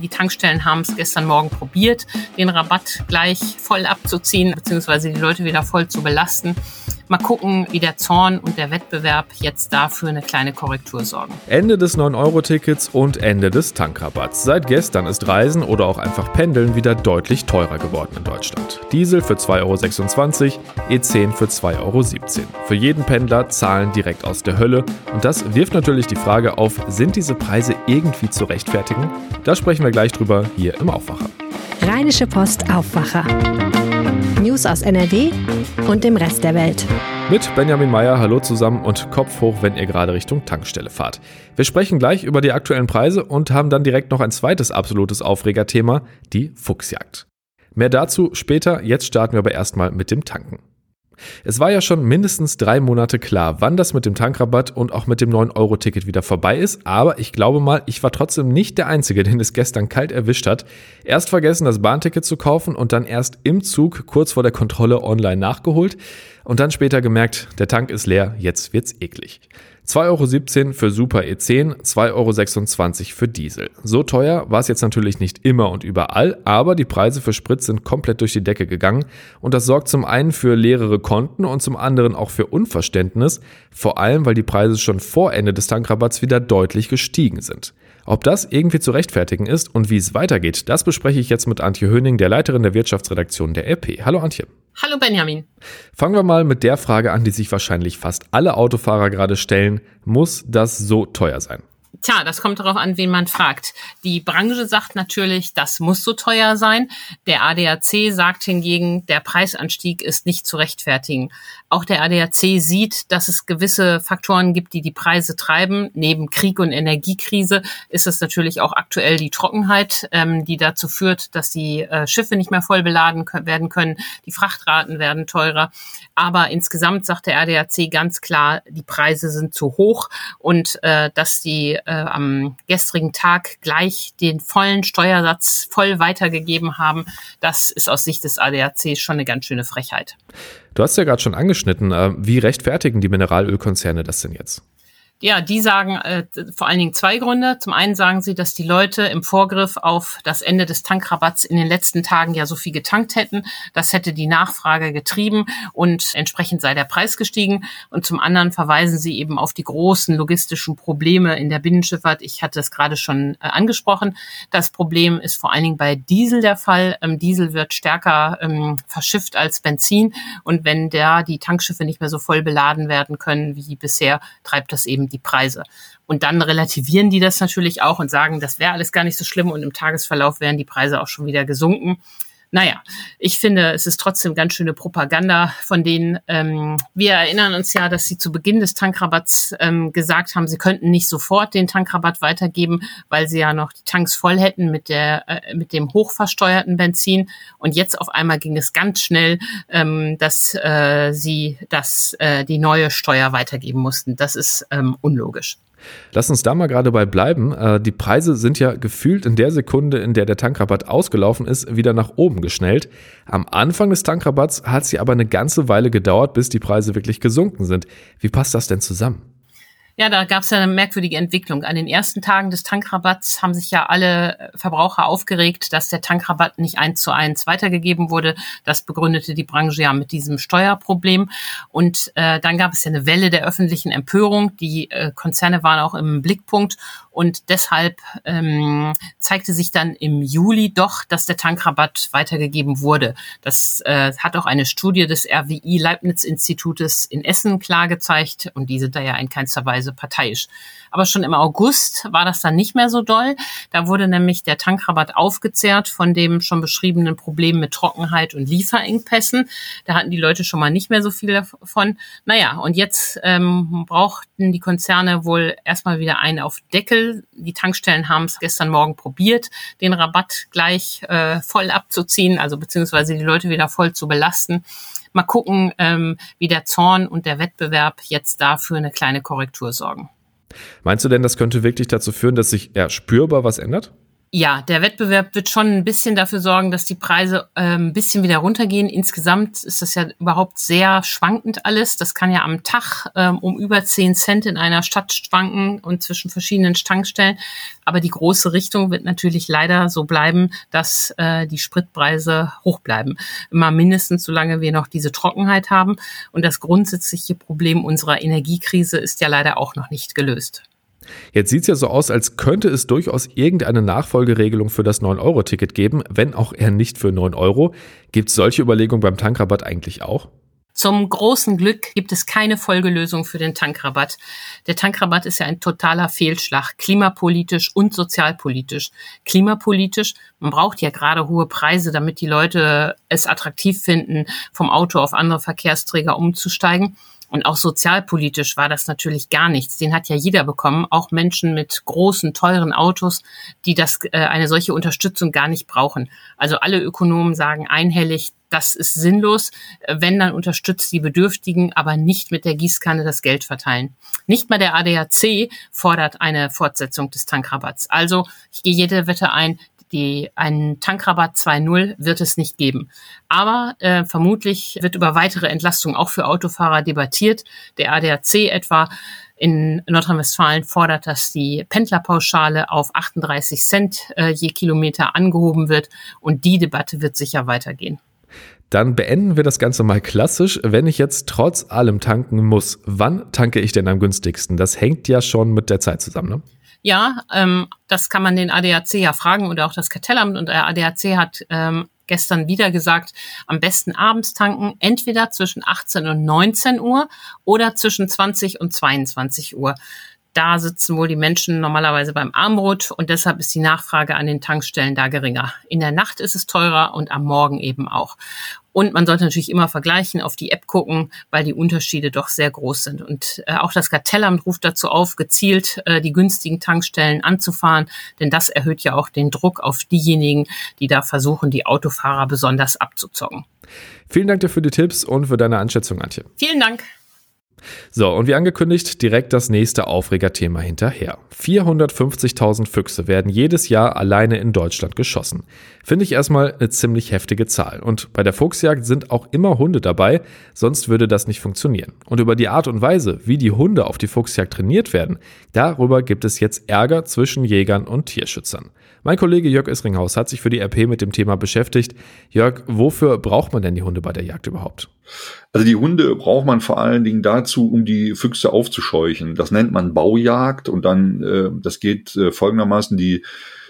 Die Tankstellen haben es gestern Morgen probiert, den Rabatt gleich voll abzuziehen, beziehungsweise die Leute wieder voll zu belasten. Mal gucken, wie der Zorn und der Wettbewerb jetzt dafür eine kleine Korrektur sorgen. Ende des 9-Euro-Tickets und Ende des Tankrabatts. Seit gestern ist Reisen oder auch einfach Pendeln wieder deutlich teurer geworden in Deutschland. Diesel für 2,26 €, E10 für 2,17 €. Für jeden Pendler Zahlen direkt aus der Hölle. Und das wirft natürlich die Frage auf, sind diese Preise irgendwie zu rechtfertigen? Da sprechen wir gleich drüber hier im Aufwacher. Rheinische Post Aufwacher. News aus NRW und dem Rest der Welt. Mit Benjamin Meyer, hallo zusammen und Kopf hoch, wenn ihr gerade Richtung Tankstelle fahrt. Wir sprechen gleich über die aktuellen Preise und haben dann direkt noch ein zweites absolutes Aufregerthema, die Fuchsjagd. Mehr dazu später, jetzt starten wir aber erstmal mit dem Tanken. Es war ja schon mindestens 3 Monate klar, wann das mit dem Tankrabatt und auch mit dem 9-Euro-Ticket wieder vorbei ist, aber ich glaube mal, ich war trotzdem nicht der Einzige, den es gestern kalt erwischt hat. Erst vergessen, das Bahnticket zu kaufen und dann erst im Zug kurz vor der Kontrolle online nachgeholt und dann später gemerkt, der Tank ist leer, jetzt wird's eklig. 2,17 € für Super E10, 2,26 € für Diesel. So teuer war es jetzt natürlich nicht immer und überall, aber die Preise für Sprit sind komplett durch die Decke gegangen und das sorgt zum einen für leerere Konten und zum anderen auch für Unverständnis, vor allem weil die Preise schon vor Ende des Tankrabatts wieder deutlich gestiegen sind. Ob das irgendwie zu rechtfertigen ist und wie es weitergeht, das bespreche ich jetzt mit Antje Höning, der Leiterin der Wirtschaftsredaktion der RP. Hallo Antje. Hallo Benjamin. Fangen wir mal mit der Frage an, die sich wahrscheinlich fast alle Autofahrer gerade stellen. Muss das so teuer sein? Tja, das kommt darauf an, wen man fragt. Die Branche sagt natürlich, das muss so teuer sein. Der ADAC sagt hingegen, der Preisanstieg ist nicht zu rechtfertigen. Auch der ADAC sieht, dass es gewisse Faktoren gibt, die die Preise treiben. Neben Krieg und Energiekrise ist es natürlich auch aktuell die Trockenheit, die dazu führt, dass die Schiffe nicht mehr voll beladen werden können. Die Frachtraten werden teurer. Aber insgesamt sagt der ADAC ganz klar, die Preise sind zu hoch und dass die am gestrigen Tag gleich den vollen Steuersatz voll weitergegeben haben, das ist aus Sicht des ADAC schon eine ganz schöne Frechheit. Du hast ja gerade schon angeschnitten, wie rechtfertigen die Mineralölkonzerne das denn jetzt? Ja, die sagen vor allen Dingen 2 Gründe. Zum einen sagen sie, dass die Leute im Vorgriff auf das Ende des Tankrabatts in den letzten Tagen ja so viel getankt hätten. Das hätte die Nachfrage getrieben und entsprechend sei der Preis gestiegen. Und zum anderen verweisen sie eben auf die großen logistischen Probleme in der Binnenschifffahrt. Ich hatte es gerade schon angesprochen. Das Problem ist vor allen Dingen bei Diesel der Fall. Diesel wird stärker verschifft als Benzin. Und wenn die Tankschiffe nicht mehr so voll beladen werden können wie bisher, treibt das eben die Preise. Und dann relativieren die das natürlich auch und sagen, das wäre alles gar nicht so schlimm und im Tagesverlauf wären die Preise auch schon wieder gesunken. Naja, ich finde, es ist trotzdem ganz schöne Propaganda von denen. Wir erinnern uns ja, dass sie zu Beginn des Tankrabatts gesagt haben, sie könnten nicht sofort den Tankrabatt weitergeben, weil sie ja noch die Tanks voll hätten mit dem hochversteuerten Benzin. Und jetzt auf einmal ging es ganz schnell, dass sie die neue Steuer weitergeben mussten. Das ist unlogisch. Lass uns da mal gerade bei bleiben. Die Preise sind ja gefühlt in der Sekunde, in der der Tankrabatt ausgelaufen ist, wieder nach oben geschnellt. Am Anfang des Tankrabatts hat es ja aber eine ganze Weile gedauert, bis die Preise wirklich gesunken sind. Wie passt das denn zusammen? Ja, da gab es ja eine merkwürdige Entwicklung. An den ersten Tagen des Tankrabatts haben sich ja alle Verbraucher aufgeregt, dass der Tankrabatt nicht 1:1 weitergegeben wurde. Das begründete die Branche ja mit diesem Steuerproblem. Und dann gab es ja eine Welle der öffentlichen Empörung. Die Konzerne waren auch im Blickpunkt. Und deshalb zeigte sich dann im Juli doch, dass der Tankrabatt weitergegeben wurde. Das hat auch eine Studie des RWI Leibniz-Institutes in Essen klar gezeigt. Und die sind da ja in keinster Weise parteiisch. Aber schon im August war das dann nicht mehr so doll. Da wurde nämlich der Tankrabatt aufgezehrt von dem schon beschriebenen Problem mit Trockenheit und Lieferengpässen. Da hatten die Leute schon mal nicht mehr so viel davon. Naja, und jetzt brauchten die Konzerne wohl erstmal wieder einen auf Deckel. Die Tankstellen haben es gestern Morgen probiert, den Rabatt gleich voll abzuziehen, also beziehungsweise die Leute wieder voll zu belasten. Mal gucken, wie der Zorn und der Wettbewerb jetzt dafür eine kleine Korrektur sorgen. Meinst du denn, das könnte wirklich dazu führen, dass sich spürbar was ändert? Ja, der Wettbewerb wird schon ein bisschen dafür sorgen, dass die Preise ein bisschen wieder runtergehen. Insgesamt ist das ja überhaupt sehr schwankend alles. Das kann ja am Tag um über 10 Cent in einer Stadt schwanken und zwischen verschiedenen Tankstellen. Aber die große Richtung wird natürlich leider so bleiben, dass die Spritpreise hoch bleiben. Immer mindestens, solange wir noch diese Trockenheit haben. Und das grundsätzliche Problem unserer Energiekrise ist ja leider auch noch nicht gelöst. Jetzt sieht es ja so aus, als könnte es durchaus irgendeine Nachfolgeregelung für das 9-Euro-Ticket geben, wenn auch eher nicht für 9 Euro. Gibt es solche Überlegungen beim Tankrabatt eigentlich auch? Zum großen Glück gibt es keine Folgelösung für den Tankrabatt. Der Tankrabatt ist ja ein totaler Fehlschlag, klimapolitisch und sozialpolitisch. Klimapolitisch, man braucht ja gerade hohe Preise, damit die Leute es attraktiv finden, vom Auto auf andere Verkehrsträger umzusteigen. Und auch sozialpolitisch war das natürlich gar nichts. Den hat ja jeder bekommen, auch Menschen mit großen, teuren Autos, die eine solche Unterstützung gar nicht brauchen. Also alle Ökonomen sagen einhellig, das ist sinnlos. Wenn, dann unterstützt die Bedürftigen, aber nicht mit der Gießkanne das Geld verteilen. Nicht mal der ADAC fordert eine Fortsetzung des Tankrabatts. Also ich gehe jede Wette ein, einen Tankrabatt 2.0 wird es nicht geben. Aber vermutlich wird über weitere Entlastungen auch für Autofahrer debattiert. Der ADAC etwa in Nordrhein-Westfalen fordert, dass die Pendlerpauschale auf 38 Cent je Kilometer angehoben wird. Und die Debatte wird sicher weitergehen. Dann beenden wir das Ganze mal klassisch. Wenn ich jetzt trotz allem tanken muss, wann tanke ich denn am günstigsten? Das hängt ja schon mit der Zeit zusammen, ne? Ja, das kann man den ADAC ja fragen oder auch das Kartellamt. Und der ADAC hat gestern wieder gesagt, am besten abends tanken, entweder zwischen 18 und 19 Uhr oder zwischen 20 und 22 Uhr. Da sitzen wohl die Menschen normalerweise beim Abendbrot und deshalb ist die Nachfrage an den Tankstellen da geringer. In der Nacht ist es teurer und am Morgen eben auch. Und man sollte natürlich immer vergleichen, auf die App gucken, weil die Unterschiede doch sehr groß sind. Und auch das Kartellamt ruft dazu auf, gezielt die günstigen Tankstellen anzufahren, denn das erhöht ja auch den Druck auf diejenigen, die da versuchen, die Autofahrer besonders abzuzocken. Vielen Dank dir für die Tipps und für deine Einschätzung, Antje. Vielen Dank. So, und wie angekündigt, direkt das nächste Aufregerthema hinterher. 450.000 Füchse werden jedes Jahr alleine in Deutschland geschossen. Finde ich erstmal eine ziemlich heftige Zahl. Und bei der Fuchsjagd sind auch immer Hunde dabei, sonst würde das nicht funktionieren. Und über die Art und Weise, wie die Hunde auf die Fuchsjagd trainiert werden, darüber gibt es jetzt Ärger zwischen Jägern und Tierschützern. Mein Kollege Jörg Isringhaus hat sich für die RP mit dem Thema beschäftigt. Jörg, wofür braucht man denn die Hunde bei der Jagd überhaupt? Also die Hunde braucht man vor allen Dingen dazu, um die Füchse aufzuscheuchen. Das nennt man Baujagd und dann, das geht folgendermaßen, die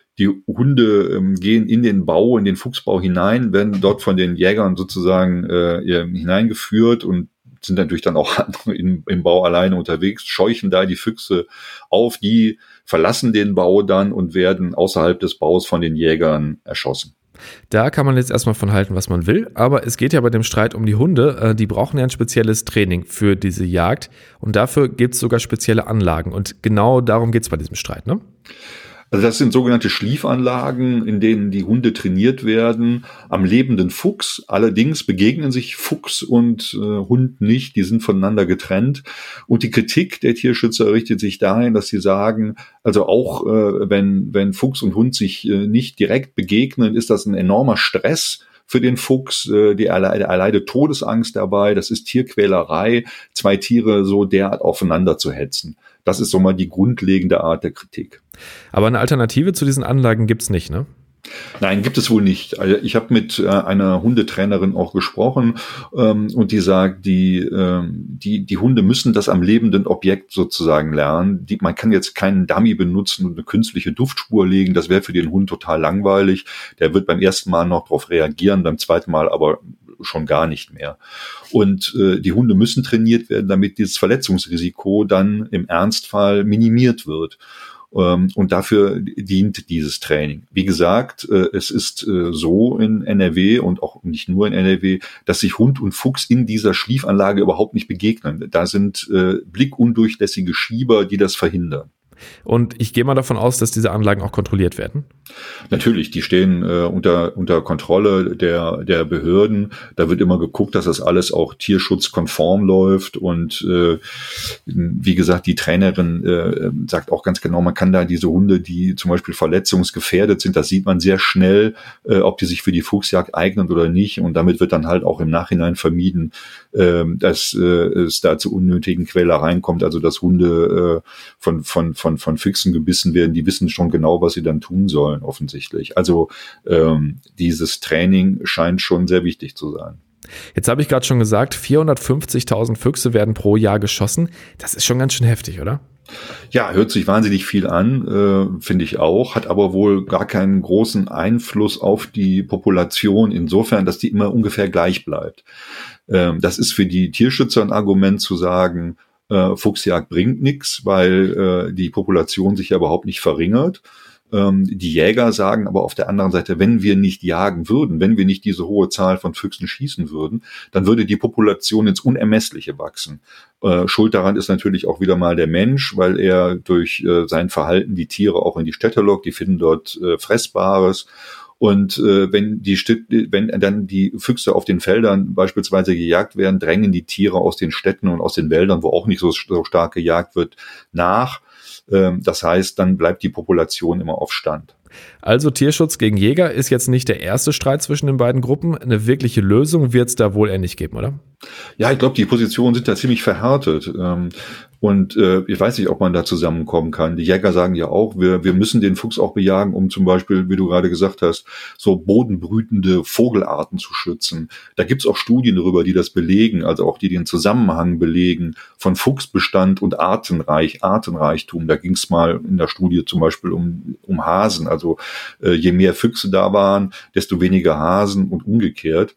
Hunde gehen in den Bau, in den Fuchsbau hinein, werden dort von den Jägern sozusagen hineingeführt und sind natürlich dann auch im Bau alleine unterwegs, scheuchen da die Füchse auf, die verlassen den Bau dann und werden außerhalb des Baus von den Jägern erschossen. Da kann man jetzt erstmal von halten, was man will, aber es geht ja bei dem Streit um die Hunde, die brauchen ja ein spezielles Training für diese Jagd und dafür gibt es sogar spezielle Anlagen und genau darum geht es bei diesem Streit, ne? Also das sind sogenannte Schliefanlagen, in denen die Hunde trainiert werden am lebenden Fuchs. Allerdings begegnen sich Fuchs und Hund nicht, die sind voneinander getrennt. Und die Kritik der Tierschützer richtet sich dahin, dass sie sagen, also auch wenn Fuchs und Hund sich nicht direkt begegnen, ist das ein enormer Stress für den Fuchs, er erleidet Todesangst dabei, das ist Tierquälerei, zwei Tiere so derart aufeinander zu hetzen. Das ist so mal die grundlegende Art der Kritik. Aber eine Alternative zu diesen Anlagen gibt's nicht, ne? Nein, gibt es wohl nicht. Also ich habe mit einer Hundetrainerin auch gesprochen und die sagt, die Hunde müssen das am lebenden Objekt sozusagen lernen. Man kann jetzt keinen Dummy benutzen und eine künstliche Duftspur legen. Das wäre für den Hund total langweilig. Der wird beim ersten Mal noch darauf reagieren, beim zweiten Mal aber schon gar nicht mehr. Und die Hunde müssen trainiert werden, damit dieses Verletzungsrisiko dann im Ernstfall minimiert wird. Und dafür dient dieses Training. Wie gesagt, es ist so in NRW und auch nicht nur in NRW, dass sich Hund und Fuchs in dieser Schliefanlage überhaupt nicht begegnen. Da sind blickundurchlässige Schieber, die das verhindern. Und ich gehe mal davon aus, dass diese Anlagen auch kontrolliert werden? Natürlich, die stehen unter Kontrolle der Behörden. Da wird immer geguckt, dass das alles auch tierschutzkonform läuft. Und wie gesagt, die Trainerin sagt auch ganz genau, man kann da diese Hunde, die zum Beispiel verletzungsgefährdet sind, das sieht man sehr schnell, ob die sich für die Fuchsjagd eignen oder nicht. Und damit wird dann halt auch im Nachhinein vermieden, dass es da zu unnötigen Quälereien kommt. Also dass Hunde von Füchsen gebissen werden, die wissen schon genau, was sie dann tun sollen, offensichtlich. Also dieses Training scheint schon sehr wichtig zu sein. Jetzt habe ich gerade schon gesagt, 450.000 Füchse werden pro Jahr geschossen. Das ist schon ganz schön heftig, oder? Ja, hört sich wahnsinnig viel an, finde ich auch, hat aber wohl gar keinen großen Einfluss auf die Population insofern, dass die immer ungefähr gleich bleibt. Das ist für die Tierschützer ein Argument zu sagen, Fuchsjagd bringt nichts, weil die Population sich ja überhaupt nicht verringert. Die Jäger sagen aber auf der anderen Seite, wenn wir nicht jagen würden, wenn wir nicht diese hohe Zahl von Füchsen schießen würden, dann würde die Population ins Unermessliche wachsen. Schuld daran ist natürlich auch wieder mal der Mensch, weil er durch sein Verhalten die Tiere auch in die Städte lockt, die finden dort Fressbares. Und wenn dann die Füchse auf den Feldern beispielsweise gejagt werden, drängen die Tiere aus den Städten und aus den Wäldern, wo auch nicht so stark gejagt wird, nach. Das heißt, dann bleibt die Population immer auf Stand. Also Tierschutz gegen Jäger ist jetzt nicht der erste Streit zwischen den beiden Gruppen. Eine wirkliche Lösung wird es da wohl eher nicht geben, oder? Ja, ich glaube, die Positionen sind da ziemlich verhärtet. Und ich weiß nicht, ob man da zusammenkommen kann. Die Jäger sagen ja auch, wir müssen den Fuchs auch bejagen, um zum Beispiel, wie du gerade gesagt hast, so bodenbrütende Vogelarten zu schützen. Da gibt's auch Studien darüber, die das belegen, also auch die den Zusammenhang belegen von Fuchsbestand und Artenreichtum. Da ging's mal in der Studie zum Beispiel um Hasen. Also je mehr Füchse da waren, desto weniger Hasen und umgekehrt.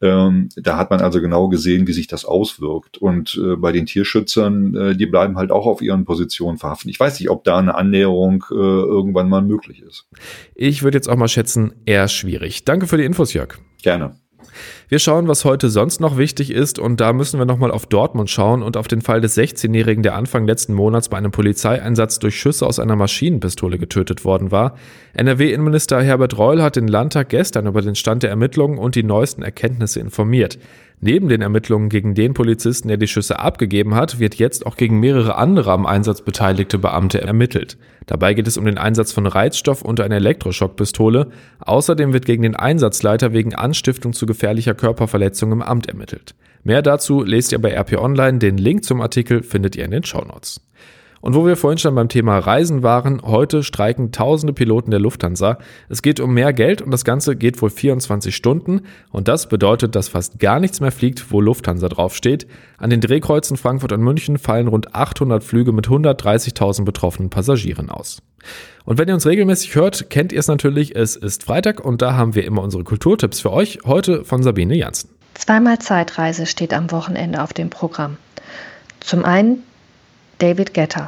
Da hat man also genau gesehen, wie sich das auswirkt. Und bei den Tierschützern, die bleiben halt auch auf ihren Positionen verhaften. Ich weiß nicht, ob da eine Annäherung irgendwann mal möglich ist. Ich würde jetzt auch mal schätzen, eher schwierig. Danke für die Infos, Jörg. Gerne. Wir schauen, was heute sonst noch wichtig ist, und da müssen wir nochmal auf Dortmund schauen und auf den Fall des 16-Jährigen, der Anfang letzten Monats bei einem Polizeieinsatz durch Schüsse aus einer Maschinenpistole getötet worden war. NRW-Innenminister Herbert Reul hat den Landtag gestern über den Stand der Ermittlungen und die neuesten Erkenntnisse informiert. Neben den Ermittlungen gegen den Polizisten, der die Schüsse abgegeben hat, wird jetzt auch gegen mehrere andere am Einsatz beteiligte Beamte ermittelt. Dabei geht es um den Einsatz von Reizstoff und einer Elektroschockpistole. Außerdem wird gegen den Einsatzleiter wegen Anstiftung zu gefährlicher Körperverletzung im Amt ermittelt. Mehr dazu lest ihr bei RP Online. Den Link zum Artikel findet ihr in den Shownotes. Und wo wir vorhin schon beim Thema Reisen waren, heute streiken tausende Piloten der Lufthansa. Es geht um mehr Geld und das Ganze geht wohl 24 Stunden. Und das bedeutet, dass fast gar nichts mehr fliegt, wo Lufthansa draufsteht. An den Drehkreuzen Frankfurt und München fallen rund 800 Flüge mit 130.000 betroffenen Passagieren aus. Und wenn ihr uns regelmäßig hört, kennt ihr es natürlich, es ist Freitag und da haben wir immer unsere Kulturtipps für euch. Heute von Sabine Janssen. Zweimal Zeitreise steht am Wochenende auf dem Programm. Zum einen David Guetta.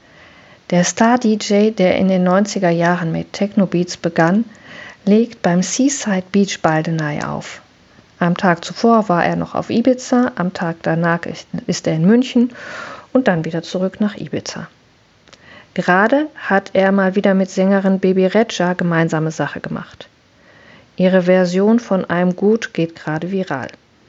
Der Star-DJ, der in den 90er Jahren mit Techno-Beats begann, legt beim Seaside Beach Baldeney auf. Am Tag zuvor war er noch auf Ibiza, am Tag danach ist er in München und dann wieder zurück nach Ibiza. Gerade hat er mal wieder mit Sängerin Baby Regia gemeinsame Sache gemacht. Ihre Version von I'm Good geht gerade viral.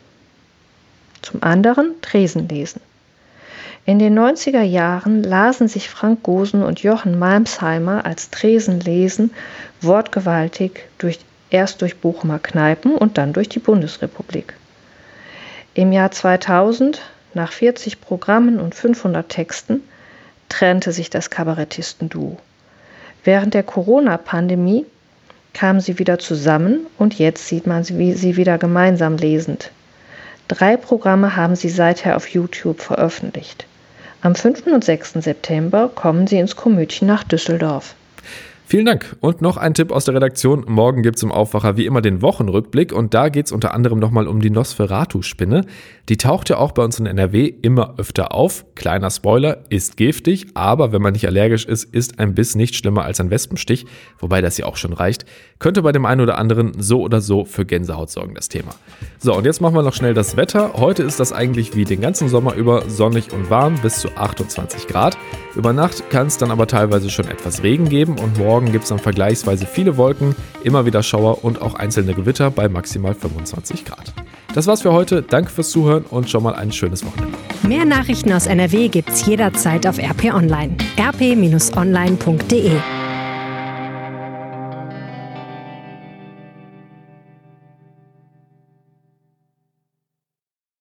Zum anderen Tresenlesen. In den 90er Jahren lasen sich Frank Gosen und Jochen Malmsheimer als Tresenlesen wortgewaltig erst durch Bochumer Kneipen und dann durch die Bundesrepublik. Im Jahr 2000, nach 40 Programmen und 500 Texten, trennte sich das Kabarettistenduo. Während der Corona-Pandemie kamen sie wieder zusammen und jetzt sieht man sie wieder gemeinsam lesend. 3 Programme haben sie seither auf YouTube veröffentlicht. Am 5. und 6. September kommen sie ins Komödchen nach Düsseldorf. Vielen Dank. Und noch ein Tipp aus der Redaktion. Morgen gibt es im Aufwacher wie immer den Wochenrückblick und da geht es unter anderem nochmal um die Nosferatu-Spinne. Die taucht ja auch bei uns in NRW immer öfter auf. Kleiner Spoiler, ist giftig, aber wenn man nicht allergisch ist ein Biss nicht schlimmer als ein Wespenstich, wobei das ja auch schon reicht. Könnte bei dem einen oder anderen so oder so für Gänsehaut sorgen, das Thema. So, und jetzt machen wir noch schnell das Wetter. Heute ist das eigentlich wie den ganzen Sommer über sonnig und warm bis zu 28 Grad. Über Nacht kann es dann aber teilweise schon etwas Regen geben und morgen gibt es dann vergleichsweise viele Wolken, immer wieder Schauer und auch einzelne Gewitter bei maximal 25 Grad. Das war's für heute. Danke fürs Zuhören und schon mal ein schönes Wochenende. Mehr Nachrichten aus NRW gibt's jederzeit auf RP Online. rp-online.de